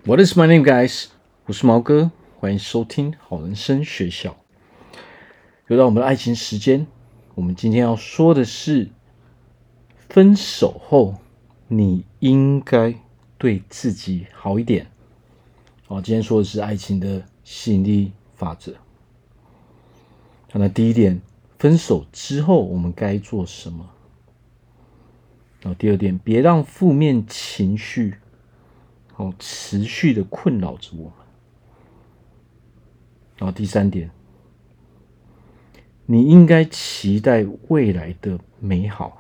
What is my name, guys？ 我是毛哥，欢迎收听好人生学校。又到我们的爱情时间，我们今天要说的是，分手后你应该对自己好一点。今天说的是爱情的吸引力法则。那第一点，分手之后我们该做什么？第二点，别让负面情绪持续的困扰着我们。然后第三点，你应该期待未来的美好。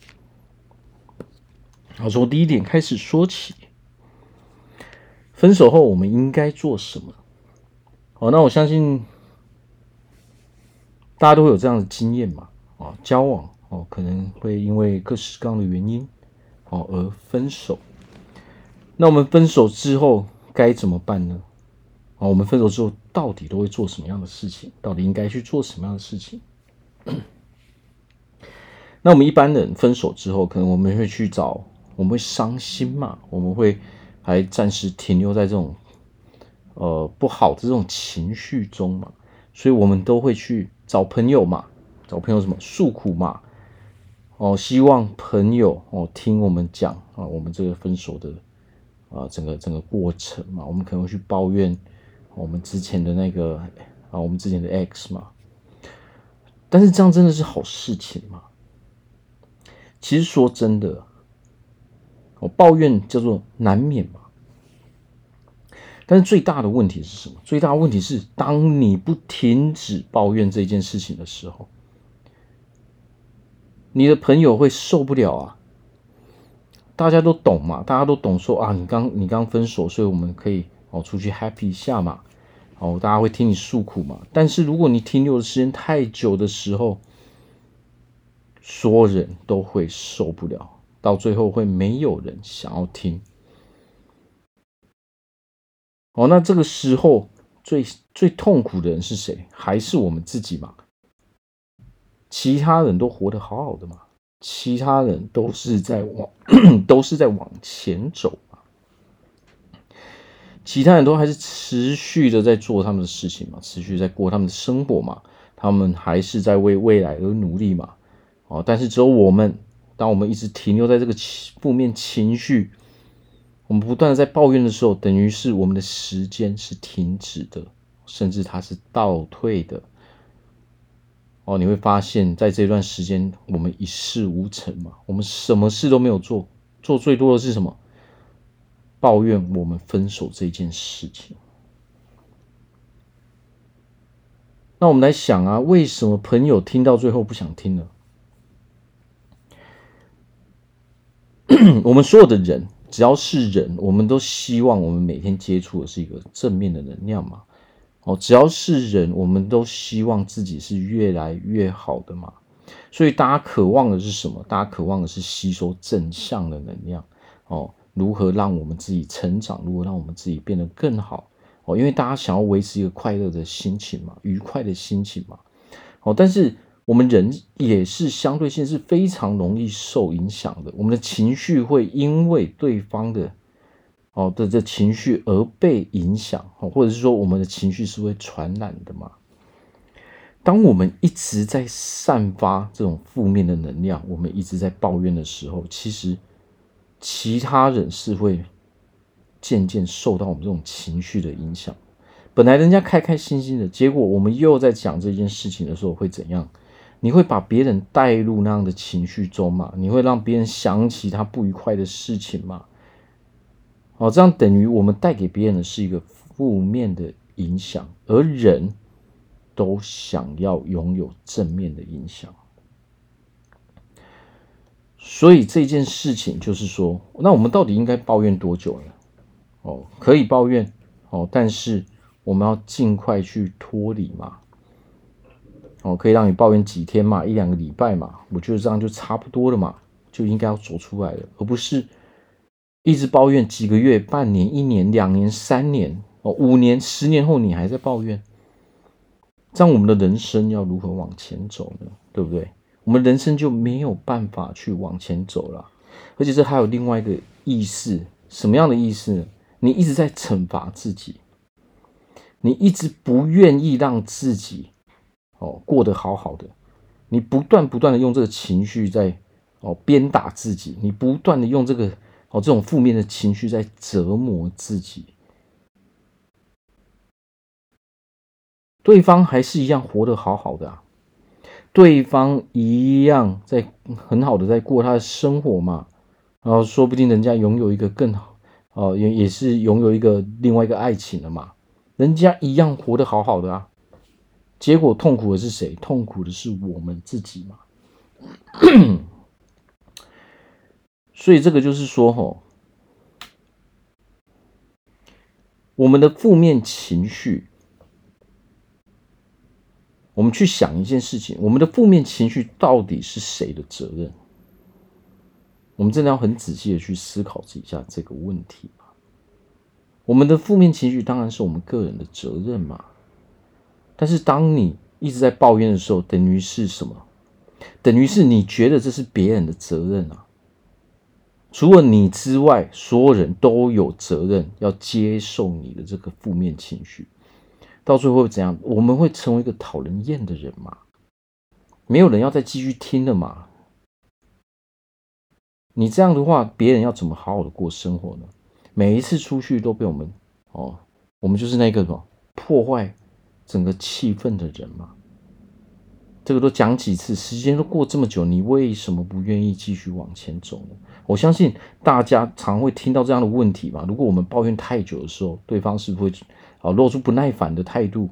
好，从第一点开始说起。分手后我们应该做什么？那我相信大家都会有这样的经验嘛。交往可能会因为各式各样的原因而分手。那我们分手之后该怎么办呢？我们分手之后到底都会做什么样的事情？到底应该去做什么样的事情？那我们一般人分手之后，可能我们会去找，我们会伤心嘛，我们会还暂时停留在这种不好的这种情绪中嘛，所以我们都会去找朋友嘛，找朋友什么诉苦嘛，希望朋友听我们讲我们这个分手的整个过程嘛，我们可能会去抱怨我们之前的那个我们之前的 X 嘛，但是这样真的是好事情吗？其实说真的，抱怨叫做难免嘛。但是最大的问题是什么？最大的问题是，当你不停止抱怨这件事情的时候，你的朋友会受不了啊。大家都懂嘛，大家都懂说你刚分手，所以我们可以出去 happy 一下嘛。大家会听你诉苦嘛。但是如果你停留的时间太久的时候，所有人都会受不了，到最后会没有人想要听。那这个时候最痛苦的人是谁？还是我们自己嘛？其他人都活得好好的嘛，其他人都是在往前走嘛，其他人都还是持续的在做他们的事情嘛，持续在过他们的生活嘛，他们还是在为未来而努力嘛。但是只有我们，当我们一直停留在这个负面情绪，我们不断的在抱怨的时候，等于是我们的时间是停止的，甚至它是倒退的。你会发现在这段时间我们一事无成嘛，我们什么事都没有做，做最多的是什么？抱怨我们分手这件事情。那我们来想为什么朋友听到最后不想听呢？我们所有的人，只要是人，我们都希望我们每天接触的是一个正面的能量嘛。只要是人，我们都希望自己是越来越好的嘛。所以大家渴望的是什么？大家渴望的是吸收正向的能量。如何让我们自己成长？如何让我们自己变得更好？因为大家想要维持一个快乐的心情嘛，愉快的心情嘛。但是我们人也是相对性是非常容易受影响的，我们的情绪会因为对方的这情绪而被影响，或者是说我们的情绪是会传染的嘛。当我们一直在散发这种负面的能量，我们一直在抱怨的时候，其实其他人是会渐渐受到我们这种情绪的影响。本来人家开开心心的，结果我们又在讲这件事情的时候会怎样？你会把别人带入那样的情绪中嘛？你会让别人想起他不愉快的事情嘛？这样等于我们带给别人的是一个负面的影响，而人都想要拥有正面的影响。所以这件事情就是说，那我们到底应该抱怨多久呢？可以抱怨但是我们要尽快去脱离嘛。可以让你抱怨几天嘛，1-2个礼拜嘛，我觉得这样就差不多了嘛，就应该要走出来了，而不是一直抱怨几个月、半年、1年、2年、3年、5年、10年后你还在抱怨，这样我们的人生要如何往前走呢？对不对？我们人生就没有办法去往前走了。而且这还有另外一个意思，什么样的意思呢？ 你一直在惩罚自己，你一直不愿意让自己过得好好的，你不断的用这个情绪在鞭打自己，你不断的用这个这种负面的情绪在折磨自己，对方还是一样活得好好的啊，对方一样在很好的在过他的生活嘛，然后说不定人家拥有一个更好也是拥有另外一个爱情了嘛，人家一样活得好好的啊，结果痛苦的是谁？痛苦的是我们自己嘛。所以这个就是说我们的负面情绪，我们去想一件事情，我们的负面情绪到底是谁的责任？我们真的要很仔细的去思考一下这个问题嘛。我们的负面情绪当然是我们个人的责任嘛，但是当你一直在抱怨的时候，等于是什么？等于是你觉得这是别人的责任啊。除了你之外，所有人都有责任要接受你的这个负面情绪。到最后会怎样？我们会成为一个讨人厌的人嘛？没有人要再继续听了嘛？你这样的话，别人要怎么好好的过生活呢？每一次出去都被我们我们就是那个破坏整个气氛的人嘛。这个都讲几次，时间都过这么久，你为什么不愿意继续往前走呢？我相信大家常会听到这样的问题嘛。如果我们抱怨太久的时候，对方是不是会露出不耐烦的态度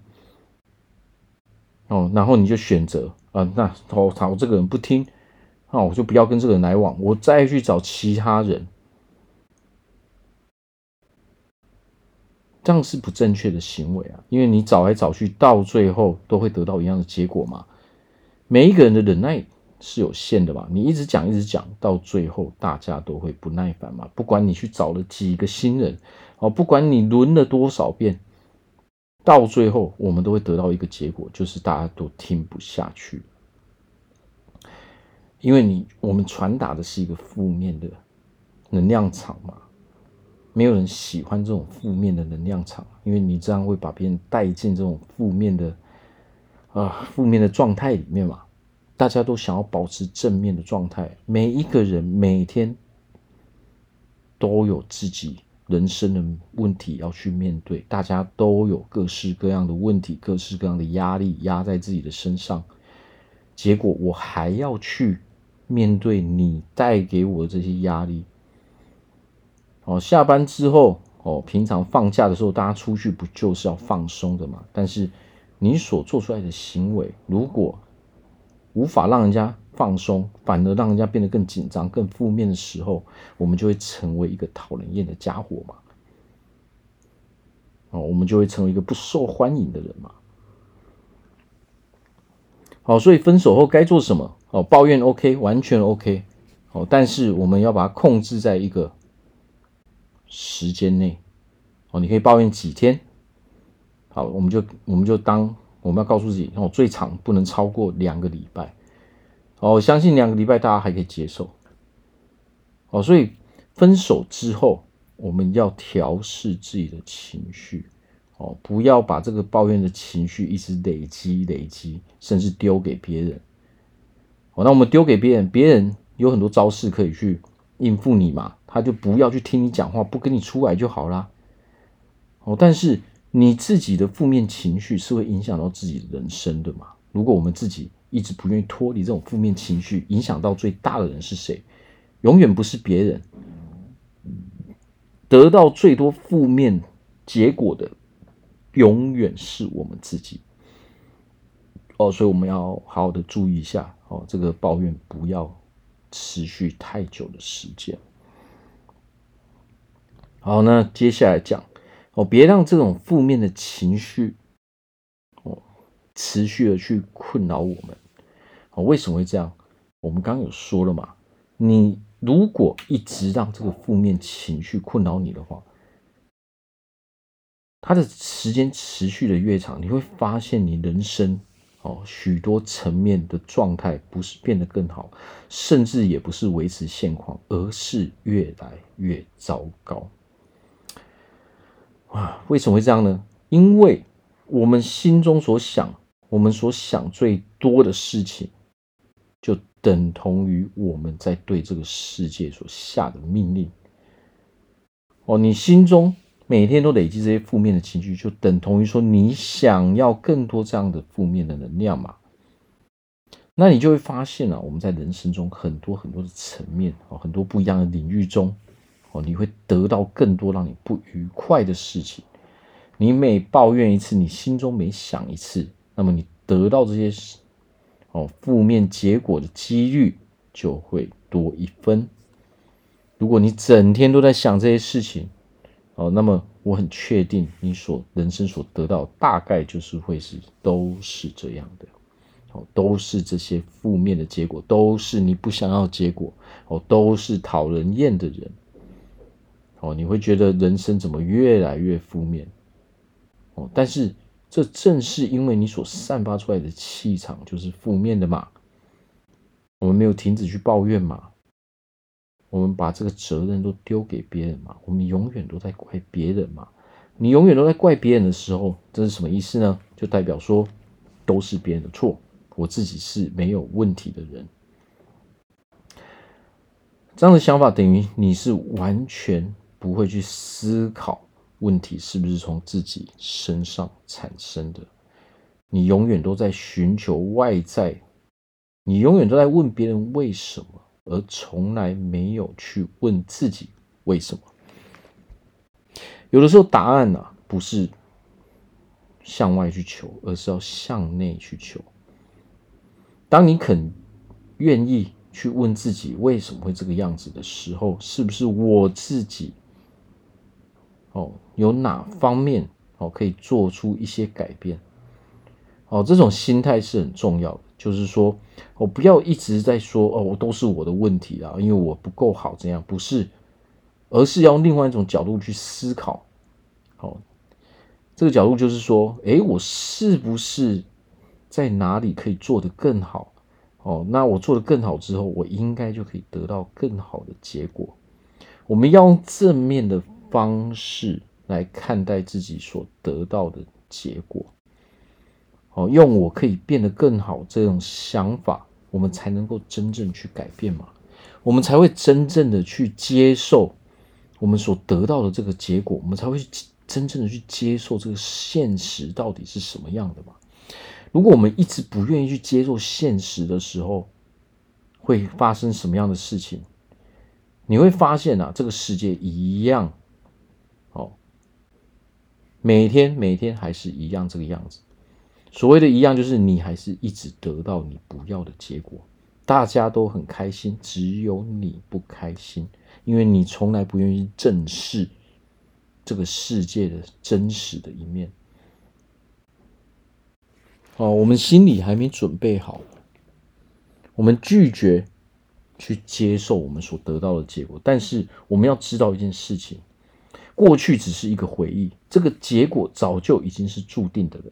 然后你就选择那我这个人不听，我就不要跟这个人来往，我再去找其他人，这样是不正确的行为啊。因为你找来找去，到最后都会得到一样的结果嘛。每一个人的忍耐是有限的嘛，你一直讲，到最后大家都会不耐烦嘛。不管你去找了几个新人不管你轮了多少遍，到最后我们都会得到一个结果，就是大家都听不下去。因为我们传达的是一个负面的能量场嘛，没有人喜欢这种负面的能量场，因为你这样会把别人带进这种负面的状态里面嘛。大家都想要保持正面的状态，每一个人每天都有自己人生的问题要去面对，大家都有各式各样的问题，各式各样的压力压在自己的身上，结果我还要去面对你带给我的这些压力。下班之后平常放假的时候大家出去不就是要放松的嘛？但是你所做出来的行为如果无法让人家放松，反而让人家变得更紧张更负面的时候，我们就会成为一个讨人厌的家伙嘛。我们就会成为一个不受欢迎的人嘛。所以分手后该做什么抱怨 OK 完全 OK 但是我们要把它控制在一个时间内你可以抱怨几天，好，我们就当我们要告诉自己最长不能超过2个礼拜我相信2个礼拜大家还可以接受所以分手之后我们要调试自己的情绪不要把这个抱怨的情绪一直累积，甚至丢给别人那我们丢给别人，别人有很多招式可以去应付你嘛，他就不要去听你讲话，不跟你出来就好啦但是你自己的负面情绪是会影响到自己的人生的嘛。如果我们自己一直不愿意脱离这种负面情绪，影响到最大的人是谁？永远不是别人，得到最多负面结果的永远是我们自己所以我们要好好的注意一下这个抱怨不要持续太久的时间。好，那接下来讲别让这种负面的情绪持续的去困扰我们为什么会这样？我们刚刚有说了嘛，你如果一直让这个负面情绪困扰你的话，它的时间持续的越长，你会发现你人生许多层面的状态不是变得更好，甚至也不是维持现况，而是越来越糟糕。 为什么会这样呢？因为我们心中所想，我们所想最多的事情，就等同于我们在对这个世界所下的命令。你心中每天都累积这些负面的情绪，就等同于说你想要更多这样的负面的能量嘛。那你就会发现我们在人生中很多很多的层面，很多不一样的领域中，你会得到更多让你不愉快的事情。你每抱怨一次，你心中每想一次，那么你得到这些负面结果的几率就会多一分。如果你整天都在想这些事情，那么我很确定你人生所得到大概就是都是这样的。都是这些负面的结果，都是你不想要的结果，都是讨人厌的人，你会觉得人生怎么越来越负面，但是这正是因为你所散发出来的气场就是负面的嘛。我们没有停止去抱怨嘛，我们把这个责任都丢给别人嘛，我们永远都在怪别人嘛。你永远都在怪别人的时候，这是什么意思呢？就代表说都是别人的错，我自己是没有问题的人。这样的想法等于你是完全不会去思考问题是不是从自己身上产生的，你永远都在寻求外在，你永远都在问别人为什么，而从来没有去问自己为什么。有的时候答案不是向外去求，而是要向内去求。当你愿意去问自己为什么会这个样子的时候，是不是我自己有哪方面可以做出一些改变？这种心态是很重要的，就是说不要一直在说都是我的问题啦，因为我不够好这样，不是，而是要用另外一种角度去思考。这个角度就是说，我是不是在哪里可以做得更好？那我做得更好之后，我应该就可以得到更好的结果。我们要用正面的方式来看待自己所得到的结果。用我可以变得更好这种想法，我们才能够真正去改变嘛。我们才会真正的去接受我们所得到的这个结果，我们才会真正的去接受这个现实到底是什么样的嘛。如果我们一直不愿意去接受现实的时候，会发生什么样的事情？你会发现这个世界一样，每天还是一样这个样子。所谓的一样，就是你还是一直得到你不要的结果，大家都很开心，只有你不开心，因为你从来不愿意正视这个世界的真实的一面。我们心里还没准备好，我们拒绝去接受我们所得到的结果。但是我们要知道一件事情，过去只是一个回忆，这个结果早就已经是注定的了。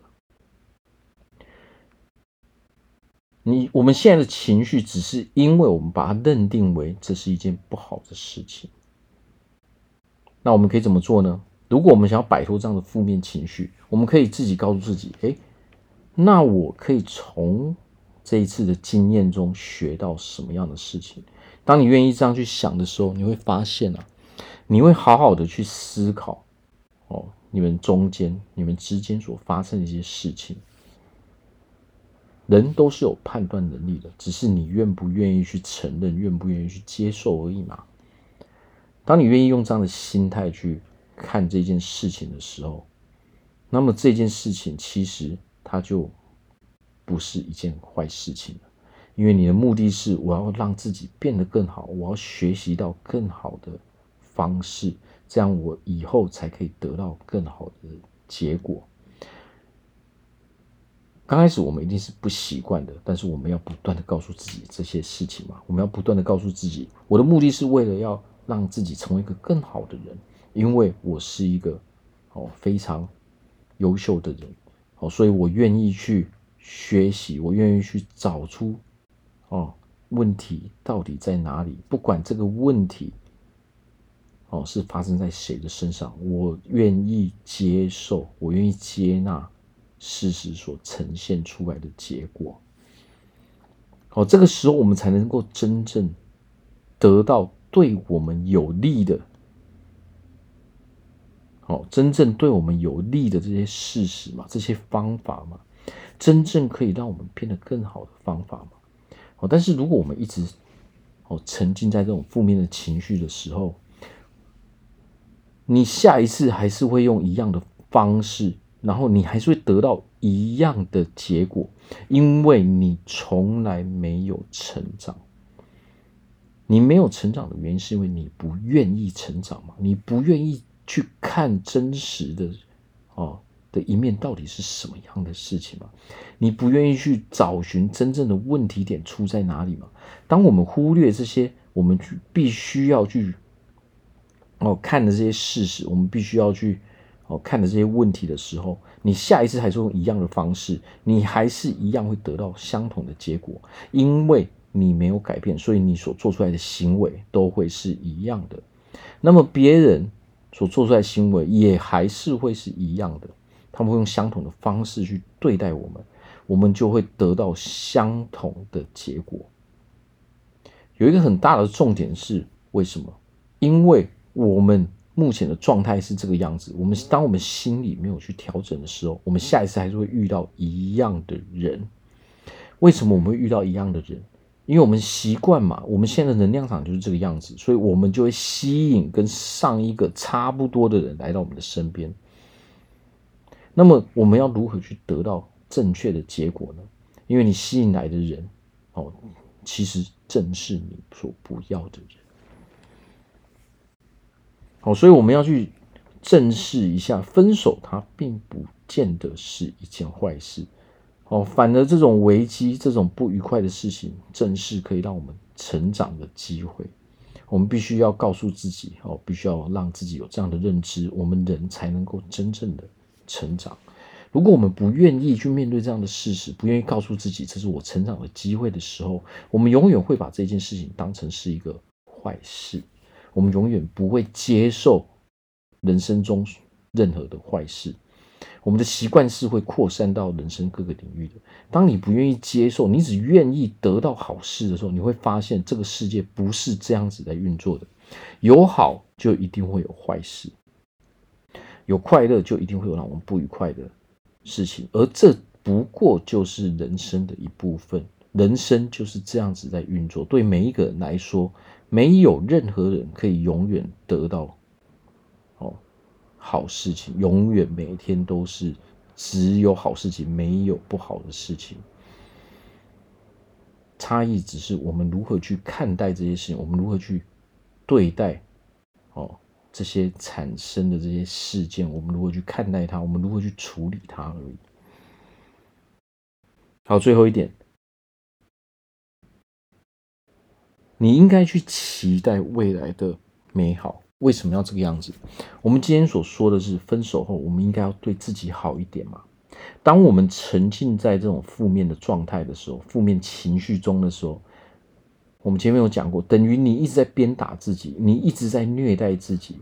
我们现在的情绪只是因为我们把它认定为这是一件不好的事情。那我们可以怎么做呢？如果我们想要摆脱这样的负面情绪，我们可以自己告诉自己，那我可以从这一次的经验中学到什么样的事情？当你愿意这样去想的时候，你会发现你会好好的去思考你们之间所发生的一些事情。人都是有判断能力的，只是你愿不愿意去承认，愿不愿意去接受而已嘛。当你愿意用这样的心态去看这件事情的时候，那么这件事情其实它就不是一件坏事情了，因为你的目的是我要让自己变得更好，我要学习到更好的方式，这样我以后才可以得到更好的结果。刚开始我们一定是不习惯的，但是我们要不断的告诉自己这些事情嘛，我们要不断的告诉自己，我的目的是为了要让自己成为一个更好的人，因为我是一个非常优秀的人，所以我愿意去学习，我愿意去找出问题到底在哪里，不管这个问题是发生在谁的身上，我愿意接受，我愿意接纳事实所呈现出来的结果。这个时候我们才能够真正得到对我们有利的，真正对我们有利的这些事实嘛，这些方法嘛，真正可以让我们变得更好的方法嘛。但是如果我们一直沉浸在这种负面的情绪的时候，你下一次还是会用一样的方式，然后你还是会得到一样的结果，因为你从来没有成长。你没有成长的原因是因为你不愿意成长嘛，你不愿意去看真实的一面到底是什么样的事情嘛，你不愿意去找寻真正的问题点出在哪里嘛。当我们忽略这些我们必须要去看的这些事实，我们必须要去看的这些问题的时候，你下一次还是用一样的方式，你还是一样会得到相同的结果，因为你没有改变，所以你所做出来的行为都会是一样的。那么别人所做出来的行为也还是会是一样的，他们会用相同的方式去对待我们，我们就会得到相同的结果。有一个很大的重点是为什么？因为我们目前的状态是这个样子，当我们心里没有去调整的时候，我们下一次还是会遇到一样的人。为什么我们会遇到一样的人？因为我们习惯嘛，我们现在的能量场就是这个样子，所以我们就会吸引跟上一个差不多的人来到我们的身边。那么我们要如何去得到正确的结果呢？因为你吸引来的人其实正是你所不要的人。所以我们要去正视一下，分手它并不见得是一件坏事。反而这种危机，这种不愉快的事情，正是可以让我们成长的机会。我们必须要告诉自己，必须要让自己有这样的认知，我们人才能够真正的成长。如果我们不愿意去面对这样的事实，不愿意告诉自己这是我成长的机会的时候，我们永远会把这件事情当成是一个坏事，我们永远不会接受人生中任何的坏事。我们的习惯是会扩散到人生各个领域的。当你不愿意接受，你只愿意得到好事的时候，你会发现这个世界不是这样子在运作的。有好就一定会有坏事，有快乐就一定会有让我们不愉快的事情，而这不过就是人生的一部分。人生就是这样子在运作，对每一个人来说，没有任何人可以永远得到好事情，永远每天都是只有好事情，没有不好的事情。差异只是我们如何去看待这些事情，我们如何去对待这些产生的这些事件，我们如何去看待它，我们如何去处理它而已。好，最后一点，你应该去期待未来的美好。为什么要这个样子？我们今天所说的是分手后，我们应该要对自己好一点嘛。当我们沉浸在这种负面的状态的时候，负面情绪中的时候，我们前面有讲过，等于你一直在鞭打自己，你一直在虐待自己。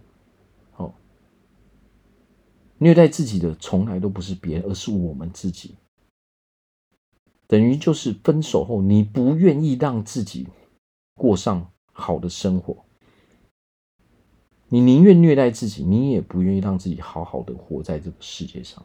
虐待自己的从来都不是别人，而是我们自己。等于就是分手后，你不愿意让自己过上好的生活，你宁愿虐待自己，你也不愿意让自己好好的活在这个世界上。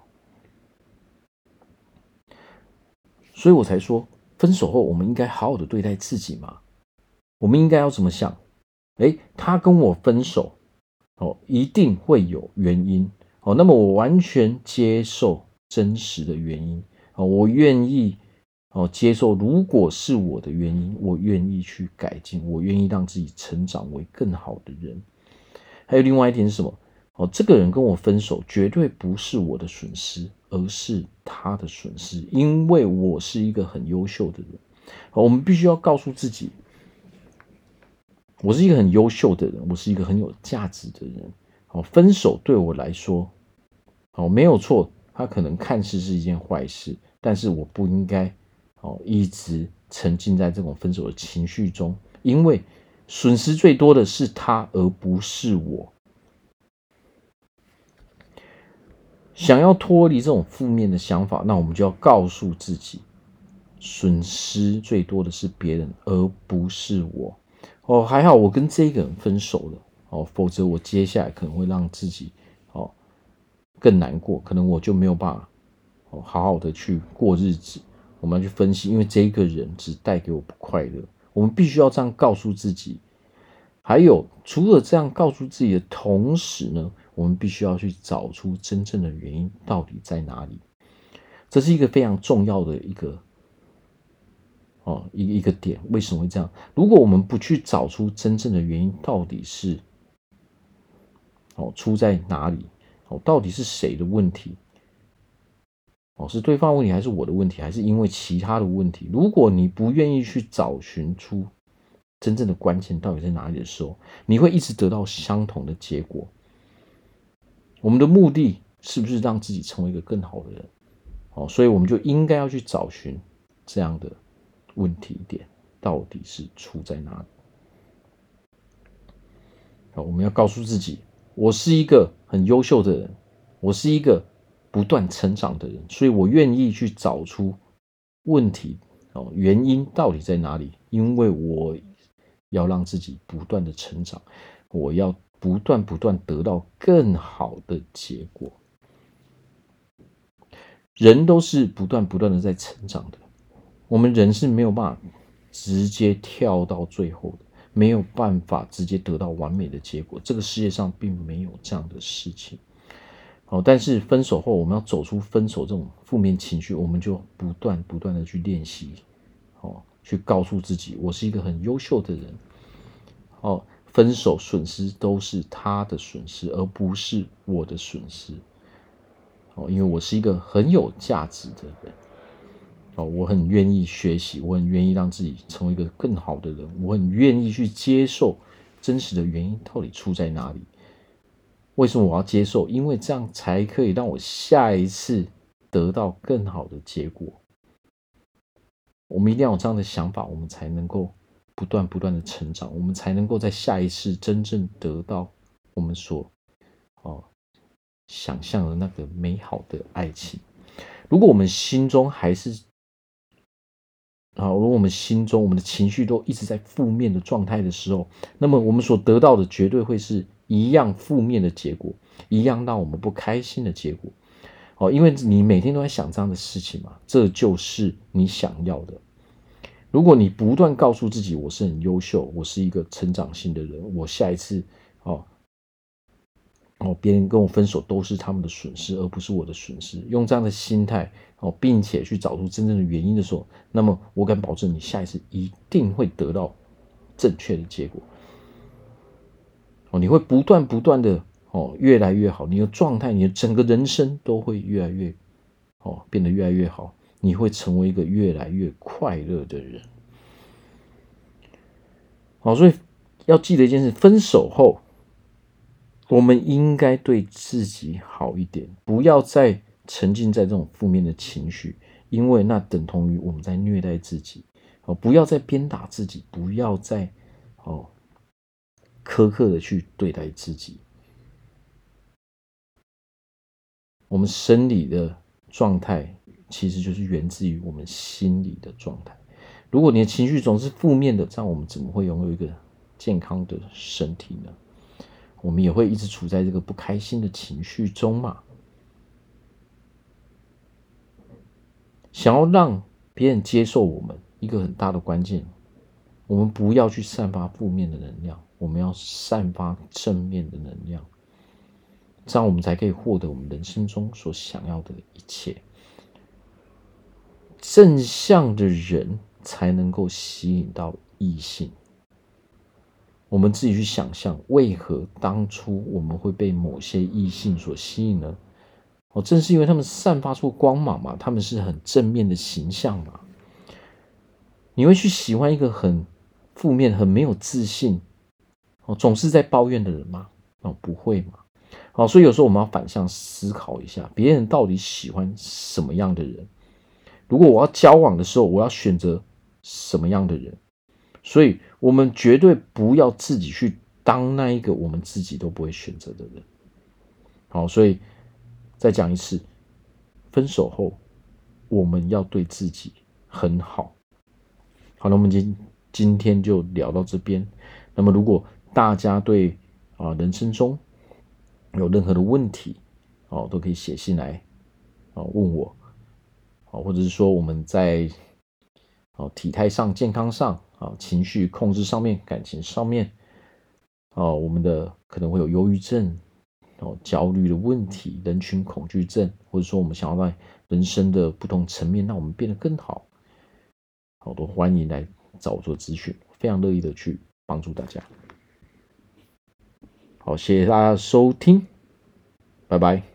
所以我才说，分手后我们应该好好的对待自己嘛。我们应该要怎么想？他跟我分手，一定会有原因。那么我完全接受真实的原因。我愿意接受，如果是我的原因，我愿意去改进，我愿意让自己成长为更好的人。还有另外一点是什么？这个人跟我分手绝对不是我的损失，而是他的损失，因为我是一个很优秀的人。我们必须要告诉自己，我是一个很优秀的人，我是一个很有价值的人。分手对我来说，没有错，它可能看似是一件坏事，但是我不应该一直沉浸在这种分手的情绪中，因为损失最多的是他，而不是我。 想要脱离这种负面的想法，那我们就要告诉自己，损失最多的是别人，而不是我。还好我跟这个人分手了，否则我接下来可能会让自己更难过，可能我就没有办法好好的去过日子。我们要去分析，因为这个人只带给我不快乐，我们必须要这样告诉自己。还有，除了这样告诉自己的同时呢，我们必须要去找出真正的原因到底在哪里。这是一个非常重要的一个点。为什么会这样？如果我们不去找出真正的原因到底是出在哪里，到底是谁的问题，是对方的问题，还是我的问题，还是因为其他的问题？如果你不愿意去找寻出真正的关键到底在哪里的时候，你会一直得到相同的结果。我们的目的是不是让自己成为一个更好的人？所以我们就应该要去找寻这样的问题点到底是出在哪里。我们要告诉自己，我是一个很优秀的人，我是一个不断成长的人，所以我愿意去找出问题原因到底在哪里，因为我要让自己不断的成长，我要不断得到更好的结果。人都是不断的在成长的，我们人是没有办法直接跳到最后的，没有办法直接得到完美的结果，这个世界上并没有这样的事情。但是分手后我们要走出分手这种负面情绪，我们就不断的去练习，去告诉自己，我是一个很优秀的人。分手损失都是他的损失，而不是我的损失。因为我是一个很有价值的人。我很愿意学习，我很愿意让自己成为一个更好的人，我很愿意去接受真实的原因到底出在哪里。为什么我要接受？因为这样才可以让我下一次得到更好的结果。我们一定要有这样的想法，我们才能够不断的成长，我们才能够在下一次真正得到我们所想象的那个美好的爱情。如果我们心中还是如果我们心中我们的情绪都一直在负面的状态的时候，那么我们所得到的绝对会是一样负面的结果，一样让我们不开心的结果。因为你每天都在想这样的事情嘛，这就是你想要的。如果你不断告诉自己我是很优秀，我是一个成长型的人，我下一次别人跟我分手都是他们的损失，而不是我的损失。用这样的心态并且去找出真正的原因的时候，那么我敢保证你下一次一定会得到正确的结果。你会不断的越来越好，你的状态，你的整个人生都会越来越变得越来越好，你会成为一个越来越快乐的人。所以要记得一件事，分手后我们应该对自己好一点，不要再沉浸在这种负面的情绪，因为那等同于我们在虐待自己。不要再鞭打自己，不要再苛刻的去对待自己。我们生理的状态其实就是源自于我们心理的状态。如果你的情绪总是负面的，这样我们怎么会拥有一个健康的身体呢？我们也会一直处在这个不开心的情绪中嘛。想要让别人接受我们，一个很大的关键，我们不要去散发负面的能量，我们要散发正面的能量，这样我们才可以获得我们人生中所想要的一切。正向的人才能够吸引到异性。我们自己去想象，为何当初我们会被某些异性所吸引呢？正是因为他们散发出光芒嘛，他们是很正面的形象嘛。你会去喜欢一个很负面、很没有自信、总是在抱怨的人吗？不会嘛。所以有时候我们要反向思考一下，别人到底喜欢什么样的人？如果我要交往的时候，我要选择什么样的人？所以我们绝对不要自己去当那一个我们自己都不会选择的人。所以再讲一次，分手后我们要对自己很好。好，那我们今天就聊到这边。那么如果大家对人生中有任何的问题都可以写信来问我，或者是说我们在体态上、健康上情绪控制上面、感情上面我们的可能会有忧郁症焦虑的问题、人群恐惧症，或者说我们想要在人生的不同层面让我们变得更好，都欢迎来找我做咨询，非常乐意的去帮助大家。好，谢谢大家的收听，拜拜。